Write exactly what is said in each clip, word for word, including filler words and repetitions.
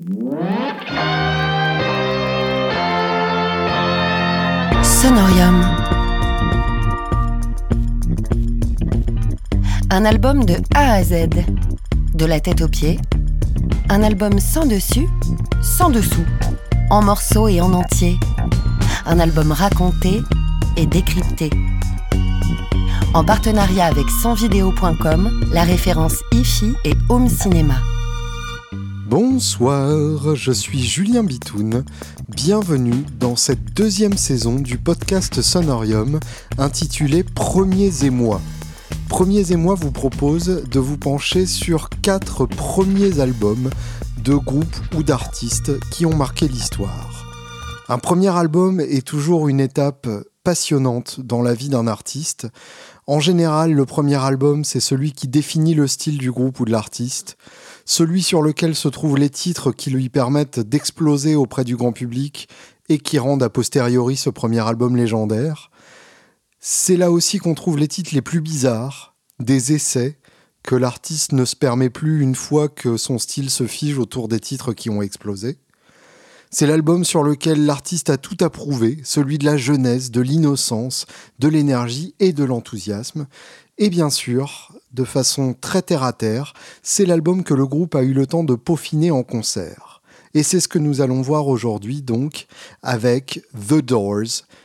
Sonorium. Un album de A à Z, de la tête aux pieds. Un album sans dessus, sans dessous, en morceaux et en entier. Un album raconté et décrypté. En partenariat avec son vidéo point com, la référence hi-fi et home cinéma. Bonsoir, je suis Julien Bitoun. Bienvenue dans cette deuxième saison du podcast Sonorium intitulé Premiers émois. Premiers émois vous propose de vous pencher sur quatre premiers albums de groupes ou d'artistes qui ont marqué l'histoire. Un premier album est toujours une étape passionnante dans la vie d'un artiste. En général, le premier album, c'est celui qui définit le style du groupe ou de l'artiste, celui sur lequel se trouvent les titres qui lui permettent d'exploser auprès du grand public et qui rendent a posteriori ce premier album légendaire. C'est là aussi qu'on trouve les titres les plus bizarres, des essais que l'artiste ne se permet plus une fois que son style se fige autour des titres qui ont explosé. C'est l'album sur lequel l'artiste a tout approuvé, celui de la jeunesse, de l'innocence, de l'énergie et de l'enthousiasme. Et bien sûr, de façon très terre-à-terre, c'est l'album que le groupe a eu le temps de peaufiner en concert. Et c'est ce que nous allons voir aujourd'hui donc avec The Doors,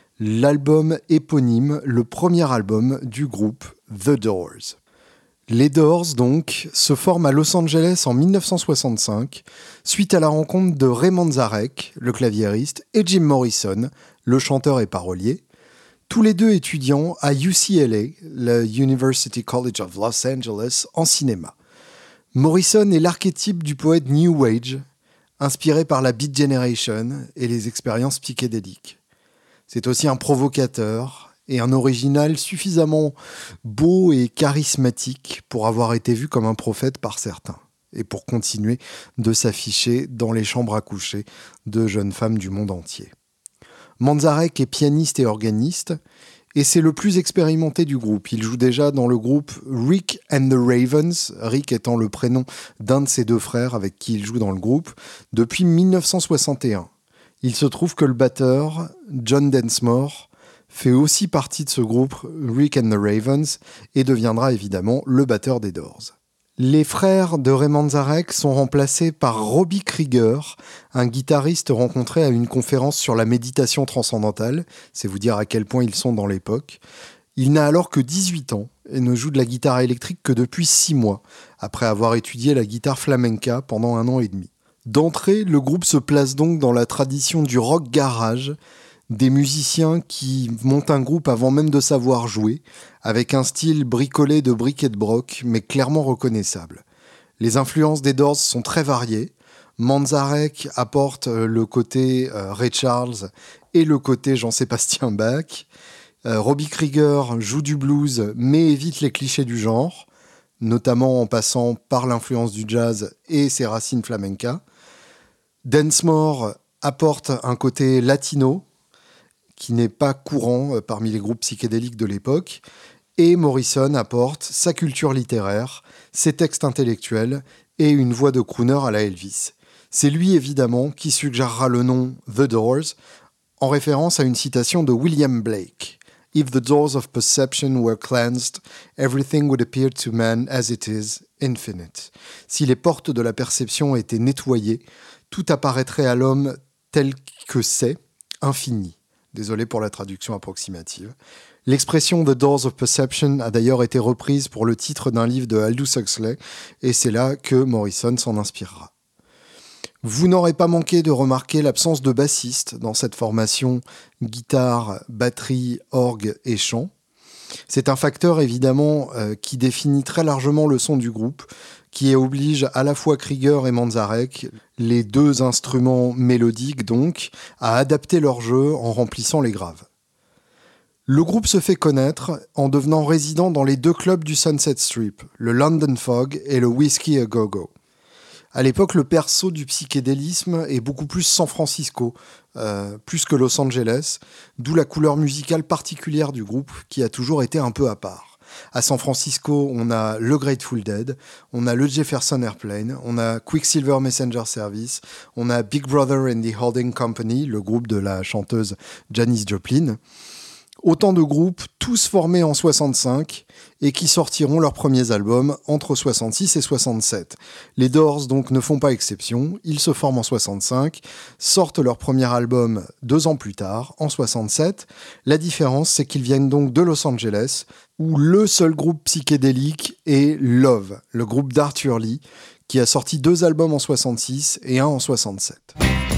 l'album éponyme, le premier album du groupe The Doors. Les Doors, donc, se forment à Los Angeles en dix-neuf cent soixante-cinq, suite à la rencontre de Ray Manzarek, le claviériste, et Jim Morrison, le chanteur et parolier, tous les deux étudiants à U C L A, le University College of Los Angeles, en cinéma. Morrison est l'archétype du poète New Age, inspiré par la Beat Generation et les expériences psychédéliques. C'est aussi un provocateur et un original suffisamment beau et charismatique pour avoir été vu comme un prophète par certains, et pour continuer de s'afficher dans les chambres à coucher de jeunes femmes du monde entier. Manzarek est pianiste et organiste, et c'est le plus expérimenté du groupe. Il joue déjà dans le groupe Rick and the Ravens, Rick étant le prénom d'un de ses deux frères avec qui il joue dans le groupe, depuis dix-neuf cent soixante et un. Il se trouve que le batteur, John Densmore, fait aussi partie de ce groupe Rick and the Ravens et deviendra évidemment le batteur des Doors. Les frères de Ray Manzarek sont remplacés par Robbie Krieger, un guitariste rencontré à une conférence sur la méditation transcendantale, c'est vous dire à quel point ils sont dans l'époque. Il n'a alors que dix-huit ans et ne joue de la guitare électrique que depuis six mois, après avoir étudié la guitare flamenca pendant un an et demi. D'entrée, le groupe se place donc dans la tradition du rock garage, des musiciens qui montent un groupe avant même de savoir jouer, avec un style bricolé de briques et de broc, mais clairement reconnaissable. Les influences des Doors sont très variées. Manzarek apporte le côté euh, Ray Charles et le côté Jean-Sébastien Bach. Euh, Robbie Krieger joue du blues, mais évite les clichés du genre, notamment en passant par l'influence du jazz et ses racines flamenca. Densmore apporte un côté latino, qui n'est pas courant parmi les groupes psychédéliques de l'époque, et Morrison apporte sa culture littéraire, ses textes intellectuels et une voix de crooner à la Elvis. C'est lui évidemment qui suggérera le nom The Doors, en référence à une citation de William Blake. « If the doors of perception were cleansed, everything would appear to man as it is, infinite. » Si les portes de la perception étaient nettoyées, tout apparaîtrait à l'homme tel que c'est, infini. Désolé pour la traduction approximative. L'expression « The Doors of Perception » a d'ailleurs été reprise pour le titre d'un livre de Aldous Huxley, et c'est là que Morrison s'en inspirera. Vous n'aurez pas manqué de remarquer l'absence de bassiste dans cette formation guitare, batterie, orgue et chant. C'est un facteur évidemment euh, qui définit très largement le son du groupe, qui oblige à la fois Krieger et Manzarek, les deux instruments mélodiques donc, à adapter leur jeu en remplissant les graves. Le groupe se fait connaître en devenant résident dans les deux clubs du Sunset Strip, le London Fog et le Whiskey A Go Go. À l'époque, le berceau du psychédélisme est beaucoup plus San Francisco, euh, plus que Los Angeles, d'où la couleur musicale particulière du groupe qui a toujours été un peu à part. À San Francisco, on a le Grateful Dead, on a le Jefferson Airplane, on a Quicksilver Messenger Service, on a Big Brother and the Holding Company, le groupe de la chanteuse Janis Joplin. Autant de groupes, tous formés en soixante-cinq et qui sortiront leurs premiers albums entre soixante-six et soixante-sept. Les Doors donc ne font pas exception, ils se forment en soixante-cinq, sortent leur premier album deux ans plus tard, en soixante-sept. La différence, c'est qu'ils viennent donc de Los Angeles, où le seul groupe psychédélique est Love, le groupe d'Arthur Lee, qui a sorti deux albums en soixante-six et un en soixante-sept.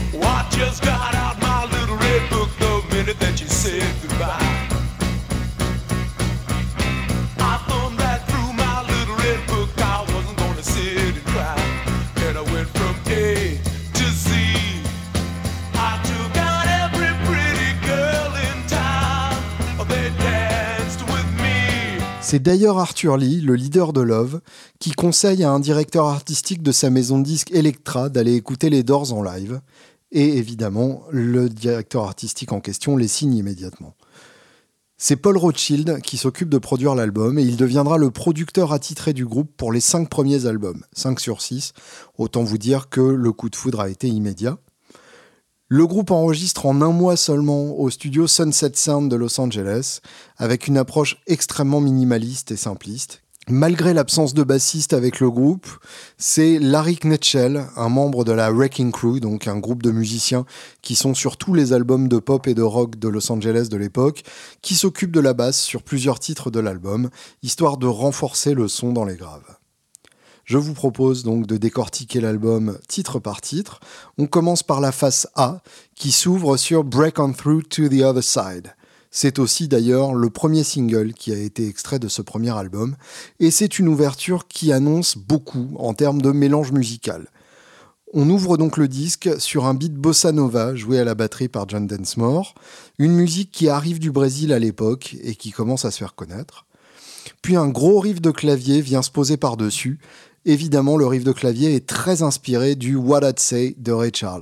C'est d'ailleurs Arthur Lee, le leader de Love, qui conseille à un directeur artistique de sa maison de disques Elektra d'aller écouter les Doors en live. Et évidemment, le directeur artistique en question les signe immédiatement. C'est Paul Rothchild qui s'occupe de produire l'album et il deviendra le producteur attitré du groupe pour les cinq premiers albums, cinq sur six. Autant vous dire que le coup de foudre a été immédiat. Le groupe enregistre en un mois seulement au studio Sunset Sound de Los Angeles, avec une approche extrêmement minimaliste et simpliste. Malgré l'absence de bassiste avec le groupe, c'est Larry Knetschel, un membre de la Wrecking Crew, donc un groupe de musiciens qui sont sur tous les albums de pop et de rock de Los Angeles de l'époque, qui s'occupe de la basse sur plusieurs titres de l'album, histoire de renforcer le son dans les graves. Je vous propose donc de décortiquer l'album titre par titre. On commence par la face A, qui s'ouvre sur Break On Through to the Other Side. C'est aussi d'ailleurs le premier single qui a été extrait de ce premier album, et c'est une ouverture qui annonce beaucoup en termes de mélange musical. On ouvre donc le disque sur un beat bossa nova joué à la batterie par John Densmore, une musique qui arrive du Brésil à l'époque et qui commence à se faire connaître. Puis un gros riff de clavier vient se poser par-dessus. Évidemment, le riff de clavier est très inspiré du What I'd Say de Ray Charles.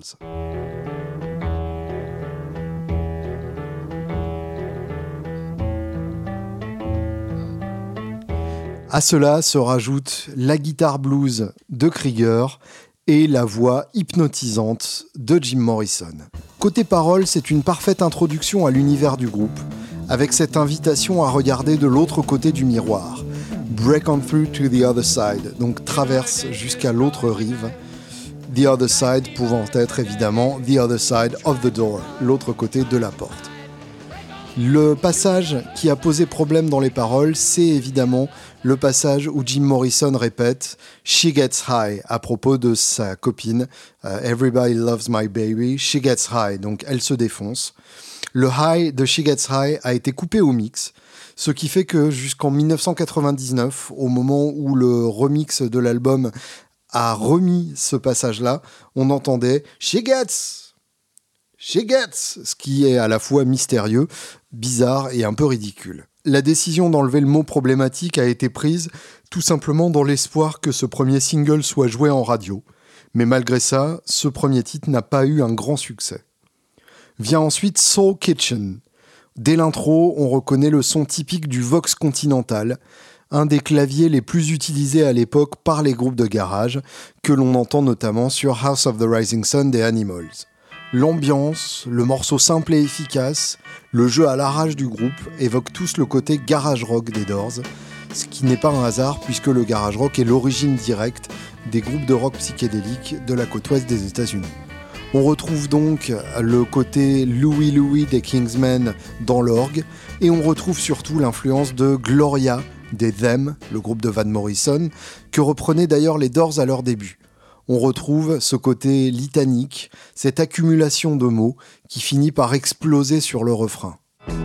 À cela se rajoute la guitare blues de Krieger et la voix hypnotisante de Jim Morrison. Côté paroles, c'est une parfaite introduction à l'univers du groupe, avec cette invitation à regarder de l'autre côté du miroir. Break on through to the other side, donc traverse jusqu'à l'autre rive. The other side pouvant être évidemment the other side of the door, l'autre côté de la porte. Le passage qui a posé problème dans les paroles, c'est évidemment le passage où Jim Morrison répète « She gets high » à propos de sa copine uh, « Everybody loves my baby, she gets high », donc elle se défonce. Le high de She Gets High a été coupé au mix, ce qui fait que jusqu'en dix-neuf cent quatre-vingt-dix-neuf, au moment où le remix de l'album a remis ce passage-là, on entendait « She gets !» She gets, ce qui est à la fois mystérieux, bizarre et un peu ridicule. La décision d'enlever le mot problématique a été prise tout simplement dans l'espoir que ce premier single soit joué en radio. Mais malgré ça, ce premier titre n'a pas eu un grand succès. Vient ensuite Soul Kitchen. Dès l'intro, on reconnaît le son typique du Vox Continental, un des claviers les plus utilisés à l'époque par les groupes de garage, que l'on entend notamment sur House of the Rising Sun des Animals. L'ambiance, le morceau simple et efficace, le jeu à l'arrache du groupe évoquent tous le côté garage rock des Doors, ce qui n'est pas un hasard puisque le garage rock est l'origine directe des groupes de rock psychédéliques de la côte ouest des États-Unis. On retrouve donc le côté Louie Louie des Kingsmen dans l'orgue et on retrouve surtout l'influence de Gloria des Them, le groupe de Van Morrison, que reprenaient d'ailleurs les Doors à leur début. On retrouve ce côté litanique, cette accumulation de mots qui finit par exploser sur le refrain.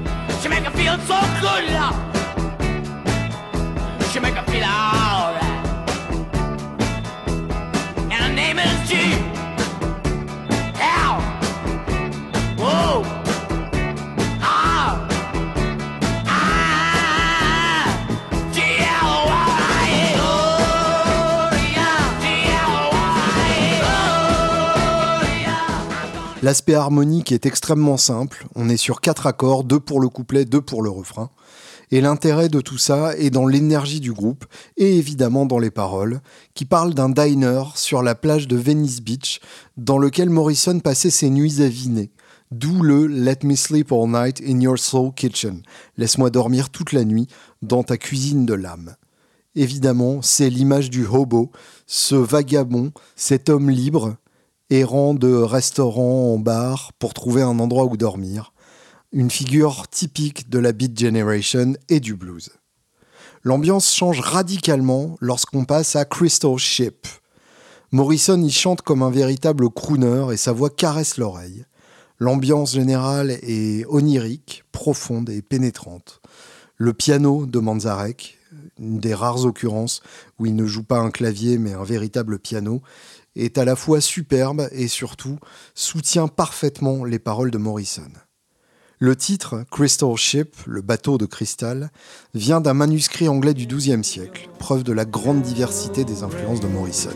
L'aspect harmonique est extrêmement simple, on est sur quatre accords, deux pour le couplet, deux pour le refrain, Et l'intérêt de tout ça est dans l'énergie du groupe et évidemment dans les paroles, qui parlent d'un diner sur la plage de Venice Beach dans lequel Morrison passait ses nuits à viner. D'où le « Let me sleep all night in your soul kitchen ». Laisse-moi dormir toute la nuit dans ta cuisine de l'âme. Évidemment, c'est l'image du hobo, ce vagabond, cet homme libre, errant de restaurant en bar pour trouver un endroit où dormir. Une figure typique de la Beat Generation et du blues. L'ambiance change radicalement lorsqu'on passe à Crystal Ship. Morrison y chante comme un véritable crooner et sa voix caresse l'oreille. L'ambiance générale est onirique, profonde et pénétrante. Le piano de Manzarek, une des rares occurrences où il ne joue pas un clavier mais un véritable piano, est à la fois superbe et surtout soutient parfaitement les paroles de Morrison. Le titre, Crystal Ship, le bateau de cristal, vient d'un manuscrit anglais du douzième siècle, preuve de la grande diversité des influences de Morrison.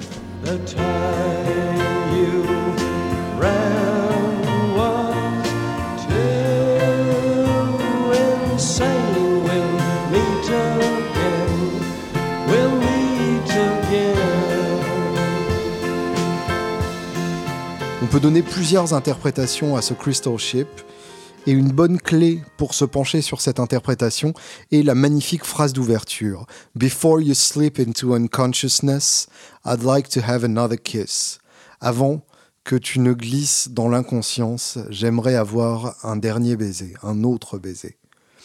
On peut donner plusieurs interprétations à ce Crystal Ship, et une bonne clé pour se pencher sur cette interprétation est la magnifique phrase d'ouverture « Before you slip into unconsciousness, I'd like to have another kiss ». Avant que tu ne glisses dans l'inconscience, j'aimerais avoir un dernier baiser, un autre baiser.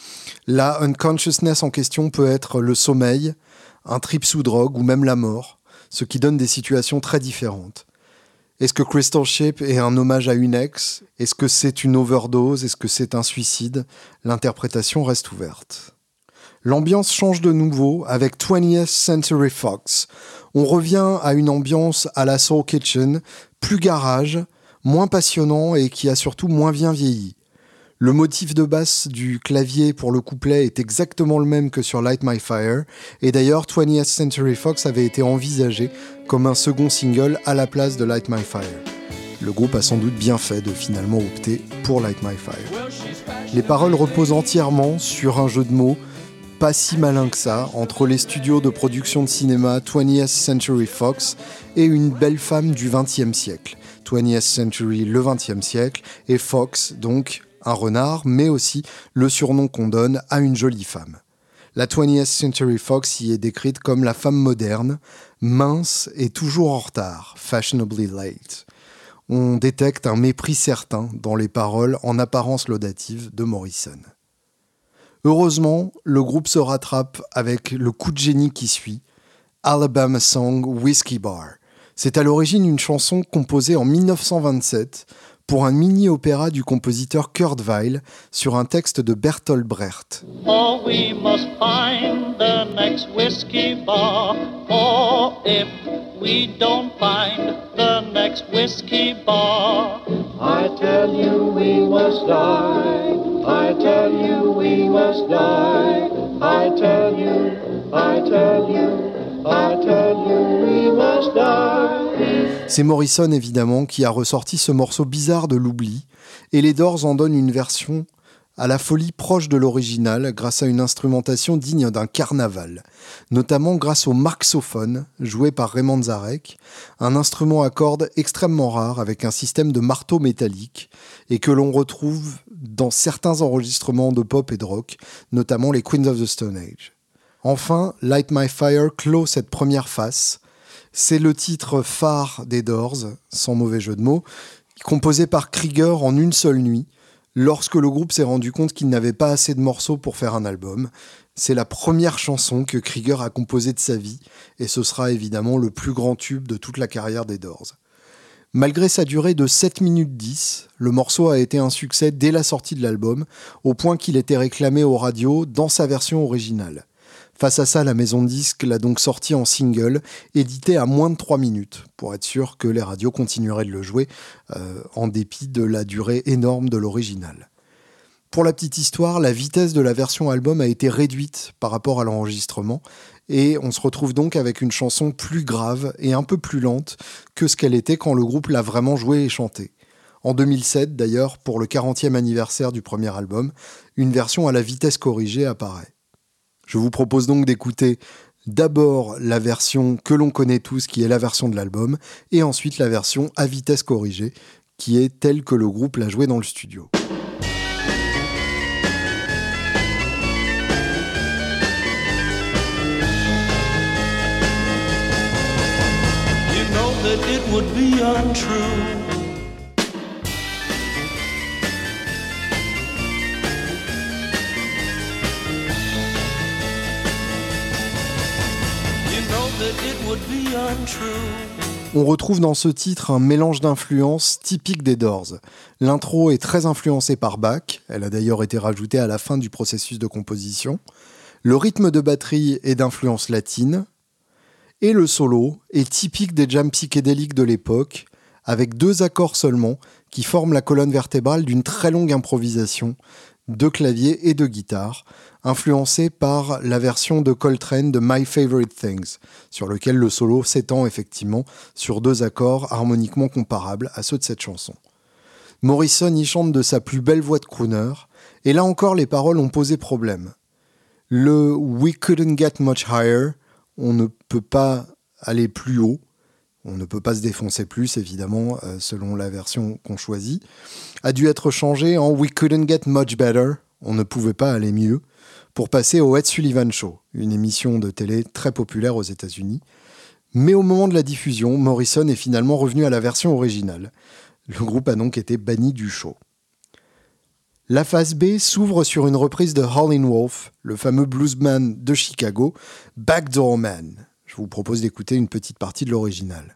La unconsciousness en question peut être le sommeil, un trip sous drogue ou même la mort, ce qui donne des situations très différentes. Est-ce que Crystal Ship est un hommage à une ex ? Est-ce que c'est une overdose ? Est-ce que c'est un suicide ? L'interprétation reste ouverte. L'ambiance change de nouveau avec twentieth Century Fox. On revient à une ambiance à la Soul Kitchen, plus garage, moins passionnant et qui a surtout moins bien vieilli. Le motif de basse du clavier pour le couplet est exactement le même que sur Light My Fire, et d'ailleurs twentieth Century Fox avait été envisagé comme un second single à la place de Light My Fire. Le groupe a sans doute bien fait de finalement opter pour Light My Fire. Les paroles reposent entièrement sur un jeu de mots pas si malin que ça entre les studios de production de cinéma twentieth Century Fox et une belle femme du vingtième siècle. twentieth Century, le vingtième siècle, et Fox, donc un renard, mais aussi le surnom qu'on donne à une jolie femme. La twentieth Century Fox y est décrite comme la femme moderne, mince et toujours en retard, fashionably late. On détecte un mépris certain dans les paroles en apparence laudatives de Morrison. Heureusement, le groupe se rattrape avec le coup de génie qui suit, Alabama Song Whiskey Bar. C'est à l'origine une chanson composée en dix-neuf cent vingt-sept pour un mini-opéra du compositeur Kurt Weill sur un texte de Bertolt Brecht. Oh, we must find the next whiskey bar. Oh, if we don't find the next whiskey bar, I tell you we must die. I tell you we must die. I tell you, I tell you, I tell you we must die. C'est Morrison évidemment qui a ressorti ce morceau bizarre de l'oubli, et les Doors en donnent une version à la folie proche de l'original grâce à une instrumentation digne d'un carnaval, notamment grâce au marxophone joué par Ray Manzarek, un instrument à cordes extrêmement rare avec un système de marteau métallique et que l'on retrouve dans certains enregistrements de pop et de rock, notamment les Queens of the Stone Age. Enfin, Light My Fire clôt cette première face. C'est le titre phare des Doors, sans mauvais jeu de mots, composé par Krieger en une seule nuit, lorsque le groupe s'est rendu compte qu'il n'avait pas assez de morceaux pour faire un album. C'est la première chanson que Krieger a composée de sa vie, et ce sera évidemment le plus grand tube de toute la carrière des Doors. Malgré sa durée de sept minutes dix, le morceau a été un succès dès la sortie de l'album, au point qu'il était réclamé aux radios dans sa version originale. Face à ça, la maison de disques l'a donc sorti en single, édité à moins de trois minutes, pour être sûr que les radios continueraient de le jouer, euh, en dépit de la durée énorme de l'original. Pour la petite histoire, la vitesse de la version album a été réduite par rapport à l'enregistrement, et on se retrouve donc avec une chanson plus grave et un peu plus lente que ce qu'elle était quand le groupe l'a vraiment jouée et chantée. En deux mille sept, d'ailleurs, pour le quarantième anniversaire du premier album, une version à la vitesse corrigée apparaît. Je vous propose donc d'écouter d'abord la version que l'on connaît tous, qui est la version de l'album, et ensuite la version à vitesse corrigée, qui est telle que le groupe l'a jouée dans le studio. You know that it would be untrue. On retrouve dans ce titre un mélange d'influences typique des Doors. L'intro est très influencée par Bach, elle a d'ailleurs été rajoutée à la fin du processus de composition. Le rythme de batterie est d'influence latine. Et le solo est typique des jams psychédéliques de l'époque, avec deux accords seulement qui forment la colonne vertébrale d'une très longue improvisation de clavier et de guitare, influencée par la version de Coltrane de My Favorite Things, sur lequel le solo s'étend effectivement sur deux accords harmoniquement comparables à ceux de cette chanson. Morrison y chante de sa plus belle voix de crooner, et là encore les paroles ont posé problème. Le « We couldn't get much higher », on ne peut pas aller plus haut, on ne peut pas se défoncer plus, évidemment, euh, selon la version qu'on choisit, a dû être changé en « We couldn't get much better », on ne pouvait pas aller mieux, pour passer au Ed Sullivan Show, une émission de télé très populaire aux États-Unis. Mais au moment de la diffusion, Morrison est finalement revenu à la version originale. Le groupe a donc été banni du show. La phase B s'ouvre sur une reprise de Howlin' Wolf, le fameux bluesman de Chicago, Backdoor Man. Je vous propose d'écouter une petite partie de l'original.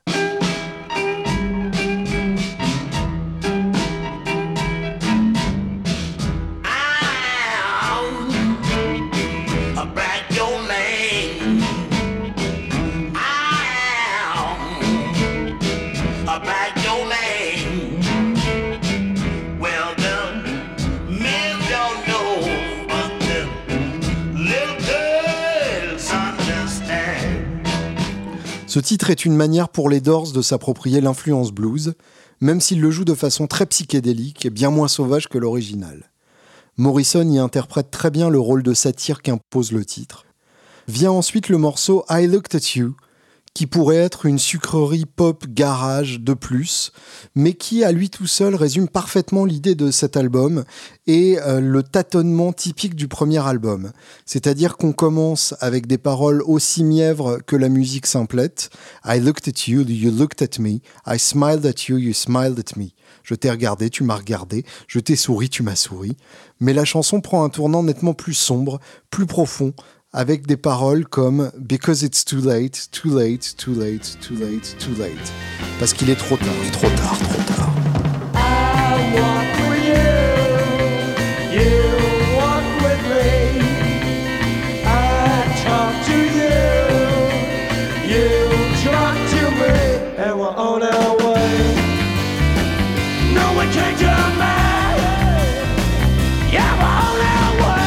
Ce titre est une manière pour les Doors de s'approprier l'influence blues, même s'ils le jouent de façon très psychédélique et bien moins sauvage que l'original. Morrison y interprète très bien le rôle de satire qu'impose le titre. Vient ensuite le morceau I Looked at You, qui pourrait être une sucrerie pop garage de plus, mais qui à lui tout seul résume parfaitement l'idée de cet album et euh, le tâtonnement typique du premier album. C'est-à-dire qu'on commence avec des paroles aussi mièvres que la musique simplette. I looked at you, you looked at me. I smiled at you, you smiled at me. Je t'ai regardé, tu m'as regardé. Je t'ai souri, tu m'as souri. Mais la chanson prend un tournant nettement plus sombre, plus profond, avec des paroles comme « Because it's too late, too late, too late, too late, too late ». Parce qu'il est trop tard, trop tard, trop tard. I walk with you, you walk with me. I talk to you, you talk to me. And we're on our way. No one can turn back. Yeah, we're on our way.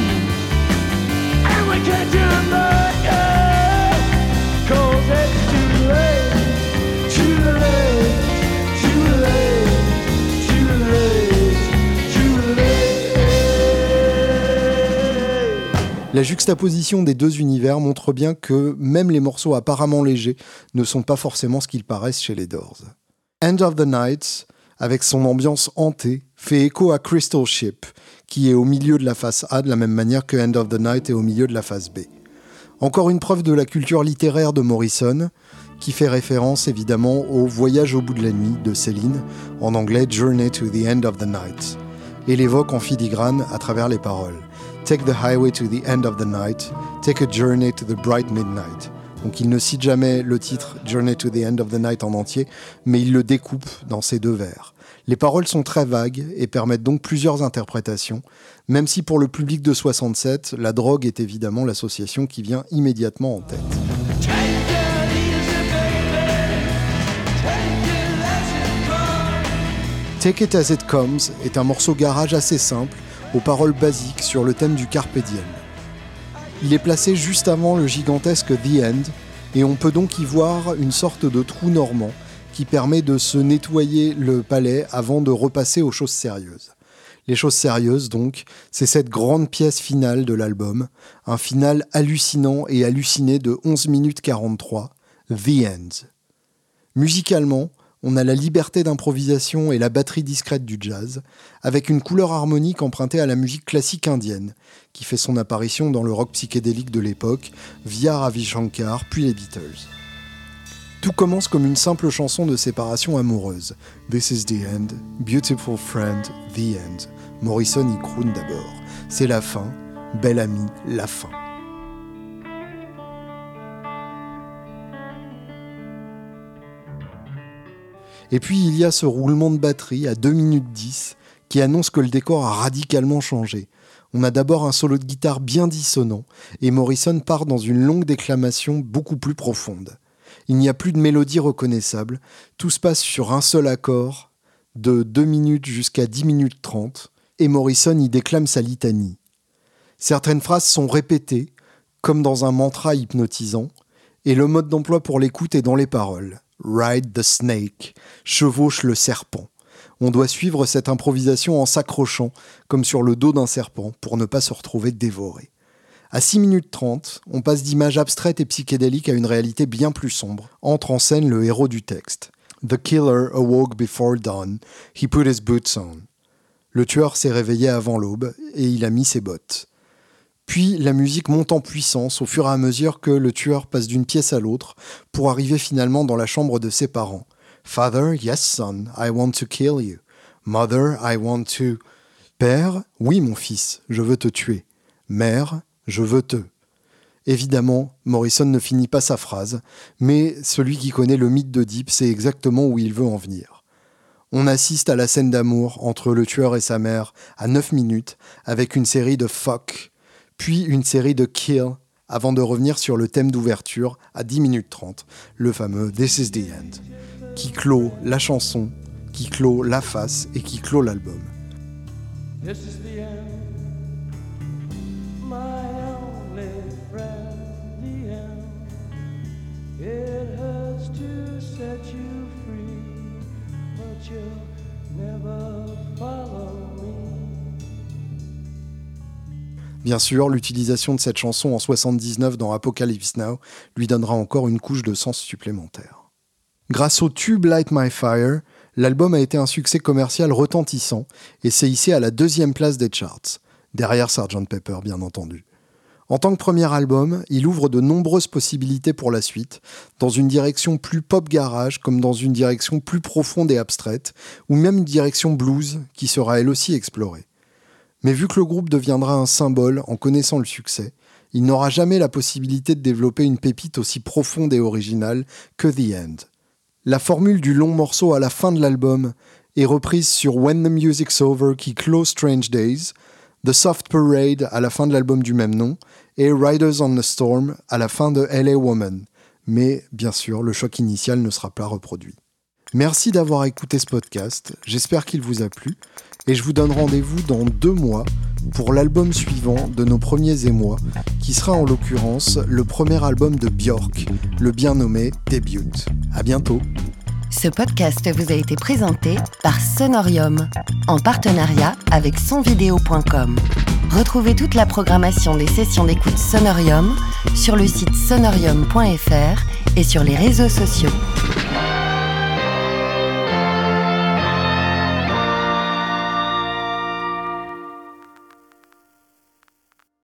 We can't turn back, yeah, 'cause it's too late, too late, too late, too late, too late. La juxtaposition des deux univers montre bien que même les morceaux apparemment légers ne sont pas forcément ce qu'ils paraissent chez les Doors. End of the Night, avec son ambiance hantée, fait écho à Crystal Ship, qui est au milieu de la face A de la même manière que End of the Night est au milieu de la face B. Encore une preuve de la culture littéraire de Morrison, qui fait référence évidemment au Voyage au bout de la nuit de Céline, en anglais Journey to the End of the Night, et l'évoque en filigrane à travers les paroles. Take the highway to the end of the night, take a journey to the bright midnight. Donc il ne cite jamais le titre Journey to the End of the Night en entier, mais il le découpe dans ces deux vers. Les paroles sont très vagues et permettent donc plusieurs interprétations, même si pour le public de soixante-sept, la drogue est évidemment l'association qui vient immédiatement en tête. Take It As It Comes est un morceau garage assez simple, aux paroles basiques sur le thème du Carpe Diem. Il est placé juste avant le gigantesque The End, et on peut donc y voir une sorte de trou normand qui permet de se nettoyer le palais avant de repasser aux choses sérieuses. Les choses sérieuses donc, c'est cette grande pièce finale de l'album, un final hallucinant et halluciné de onze minutes quarante-trois, The End. Musicalement, on a la liberté d'improvisation et la batterie discrète du jazz, avec une couleur harmonique empruntée à la musique classique indienne, qui fait son apparition dans le rock psychédélique de l'époque, via Ravi Shankar, puis les Beatles. Tout commence comme une simple chanson de séparation amoureuse. This is the end, beautiful friend, the end. Morrison y croune d'abord. C'est la fin, bel ami, la fin. Et puis il y a ce roulement de batterie à deux minutes dix qui annonce que le décor a radicalement changé. On a d'abord un solo de guitare bien dissonant et Morrison part dans une longue déclamation beaucoup plus profonde. Il n'y a plus de mélodie reconnaissable, tout se passe sur un seul accord, de deux minutes jusqu'à dix minutes trente, et Morrison y déclame sa litanie. Certaines phrases sont répétées, comme dans un mantra hypnotisant, et le mode d'emploi pour l'écoute est dans les paroles. Ride the snake, chevauche le serpent. On doit suivre cette improvisation en s'accrochant, comme sur le dos d'un serpent, pour ne pas se retrouver dévoré. À six minutes trente, on passe d'images abstraites et psychédéliques à une réalité bien plus sombre. Entre en scène le héros du texte. The killer awoke before dawn. He put his boots on. Le tueur s'est réveillé avant l'aube et il a mis ses bottes. Puis la musique monte en puissance au fur et à mesure que le tueur passe d'une pièce à l'autre pour arriver finalement dans la chambre de ses parents. Father, yes son, I want to kill you. Mother, I want to... Père, oui mon fils, je veux te tuer. Mère, je veux te... Évidemment, Morrison ne finit pas sa phrase, mais celui qui connaît le mythe d'Oedipe sait exactement où il veut en venir. On assiste à la scène d'amour entre le tueur et sa mère à neuf minutes avec une série de fuck, puis une série de kill, avant de revenir sur le thème d'ouverture à dix minutes trente, le fameux This is the end, qui clôt la chanson, qui clôt la face et qui clôt l'album. This is the end, my only friend, the end. It has to set you free, but you'll never follow me. Bien sûr, l'utilisation de cette chanson en soixante-dix-neuf dans Apocalypse Now lui donnera encore une couche de sens supplémentaire. Grâce au tube Light My Fire, l'album a été un succès commercial retentissant et s'est hissé à la deuxième place des charts, derrière sergent Pepper bien entendu. En tant que premier album, il ouvre de nombreuses possibilités pour la suite, dans une direction plus pop garage comme dans une direction plus profonde et abstraite, ou même une direction blues qui sera elle aussi explorée. Mais vu que le groupe deviendra un symbole en connaissant le succès, il n'aura jamais la possibilité de développer une pépite aussi profonde et originale que The End. La formule du long morceau à la fin de l'album est reprise sur When the Music's Over qui clôt Strange Days, The Soft Parade à la fin de l'album du même nom et Riders on the Storm à la fin de L A Woman. Mais bien sûr, le choc initial ne sera pas reproduit. Merci d'avoir écouté ce podcast, j'espère qu'il vous a plu et je vous donne rendez-vous dans deux mois pour l'album suivant de nos premiers émois qui sera en l'occurrence le premier album de Björk, le bien nommé Debut. À bientôt. Ce podcast vous a été présenté par Sonorium, en partenariat avec sonvideo point com. Retrouvez toute la programmation des sessions d'écoute Sonorium sur le site sonorium point f r et sur les réseaux sociaux.